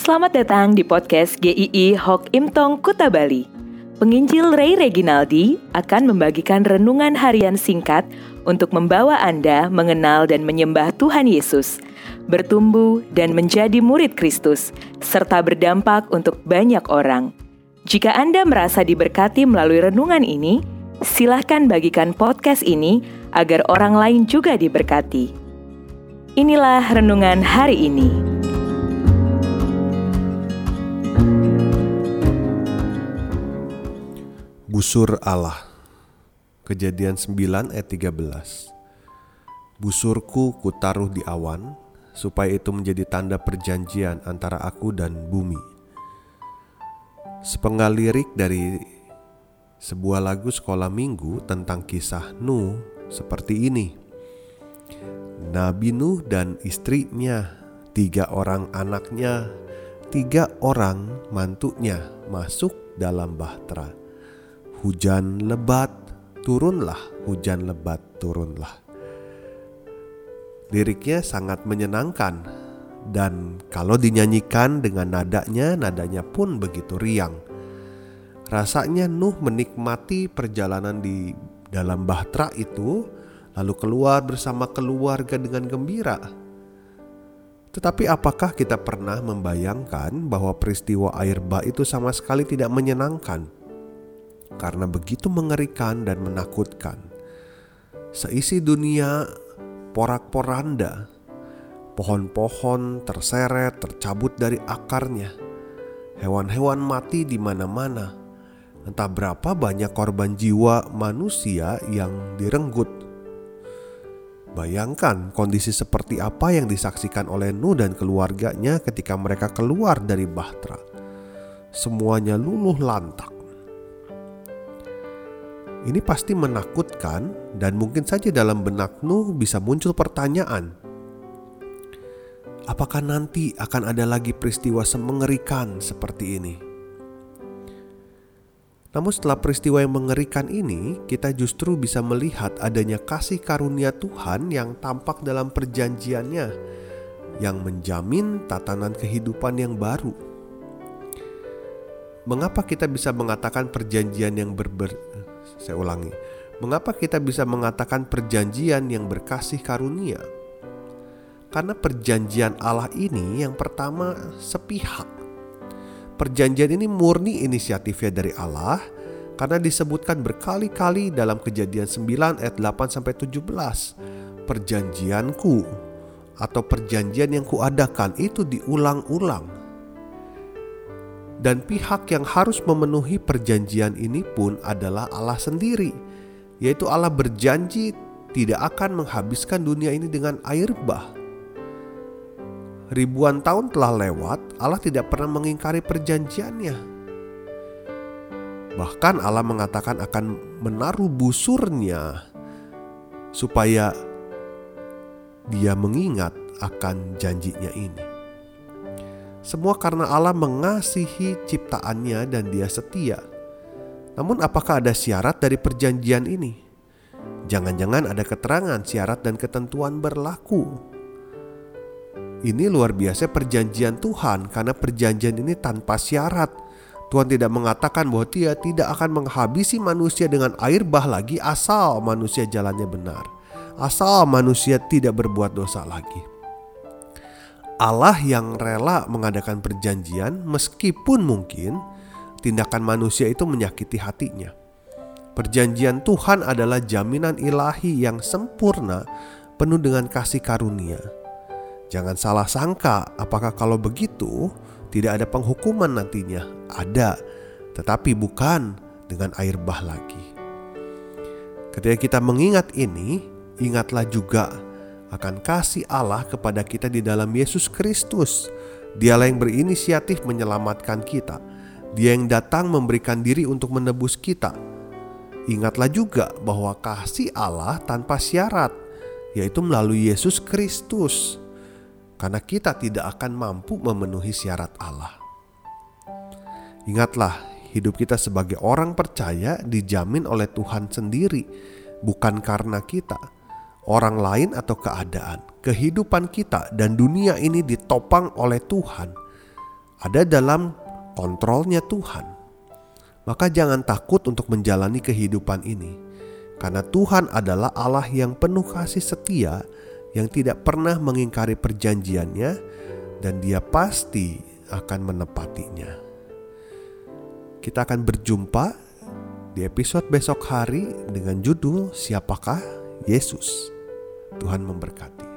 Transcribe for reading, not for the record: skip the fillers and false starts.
Selamat datang di podcast GII Hok Imtong Kuta Bali. Penginjil Ray Reginaldi akan membagikan renungan harian singkat untuk membawa Anda mengenal dan menyembah Tuhan Yesus, bertumbuh dan menjadi murid Kristus, serta berdampak untuk banyak orang. Jika Anda merasa diberkati melalui renungan ini, silahkan bagikan podcast ini agar orang lain juga diberkati. Inilah renungan hari ini. Busur Allah. Kejadian 9 ayat 13. Busurku kutaruh di awan, supaya itu menjadi tanda perjanjian antara aku dan bumi. Sepenggal lirik dari sebuah lagu sekolah minggu tentang kisah Nuh seperti ini. Nabi Nuh dan istrinya, 3 orang anaknya, 3 orang mantunya masuk dalam bahtera. Hujan lebat, turunlah, hujan lebat, turunlah. Liriknya sangat menyenangkan, dan kalau dinyanyikan dengan nadanya pun begitu riang. Rasanya Nuh menikmati perjalanan di dalam bahtera itu, lalu keluar bersama keluarga dengan gembira. Tetapi apakah kita pernah membayangkan bahwa peristiwa air bah itu sama sekali tidak menyenangkan? Karena begitu mengerikan dan menakutkan. Seisi dunia porak-poranda, pohon-pohon terseret, tercabut dari akarnya, hewan-hewan mati di mana-mana. Entah berapa banyak korban jiwa manusia yang direnggut. Bayangkan kondisi seperti apa yang disaksikan oleh Nuh dan keluarganya ketika mereka keluar dari bahtera. Semuanya luluh lantak. Ini pasti menakutkan, dan mungkin saja dalam benak Nuh bisa muncul pertanyaan. Apakah nanti akan ada lagi peristiwa semengerikan seperti ini? Namun setelah peristiwa yang mengerikan ini, kita justru bisa melihat adanya kasih karunia Tuhan yang tampak dalam perjanjiannya, yang menjamin tatanan kehidupan yang baru. Mengapa kita bisa mengatakan perjanjian yang Mengapa kita bisa mengatakan perjanjian yang berkasih karunia? Karena perjanjian Allah ini yang pertama sepihak. Perjanjian ini murni inisiatifnya dari Allah, karena disebutkan berkali-kali dalam Kejadian 9 ayat 8-17. Perjanjianku atau perjanjian yang kuadakan itu diulang-ulang. Dan pihak yang harus memenuhi perjanjian ini pun adalah Allah sendiri, yaitu Allah berjanji tidak akan menghabiskan dunia ini dengan air bah. Ribuan tahun telah lewat, Allah tidak pernah mengingkari perjanjiannya. Bahkan Allah mengatakan akan menaruh busurnya supaya Dia mengingat akan janjinya ini. Semua karena Allah mengasihi ciptaannya dan Dia setia. Namun apakah ada syarat dari perjanjian ini? Jangan-jangan ada keterangan syarat dan ketentuan berlaku. Ini luar biasa perjanjian Tuhan, karena perjanjian ini tanpa syarat. Tuhan tidak mengatakan bahwa Dia tidak akan menghabisi manusia dengan air bah lagi asal manusia jalannya benar, asal manusia tidak berbuat dosa lagi. Allah yang rela mengadakan perjanjian meskipun mungkin tindakan manusia itu menyakiti hatinya. Perjanjian Tuhan adalah jaminan ilahi yang sempurna, penuh dengan kasih karunia. Jangan salah sangka, apakah kalau begitu tidak ada penghukuman nantinya? Ada, tetapi bukan dengan air bah lagi. Ketika kita mengingat ini, ingatlah juga akan kasih Allah kepada kita di dalam Yesus Kristus. Dialah yang berinisiatif menyelamatkan kita. Dia yang datang memberikan diri untuk menebus kita. Ingatlah juga bahwa kasih Allah tanpa syarat, yaitu melalui Yesus Kristus. Karena kita tidak akan mampu memenuhi syarat Allah. Ingatlah, hidup kita sebagai orang percaya dijamin oleh Tuhan sendiri, bukan karena kita, orang lain atau keadaan. Kehidupan kita dan dunia ini ditopang oleh Tuhan. ada dalam kontrolnya Tuhan. Maka jangan takut untuk menjalani kehidupan ini, karena Tuhan adalah Allah yang penuh kasih setia, yang tidak pernah mengingkari perjanjiannya, dan Dia pasti akan menepatinya. Kita akan berjumpa di episode besok hari dengan judul Siapakah Yesus. Tuhan memberkati.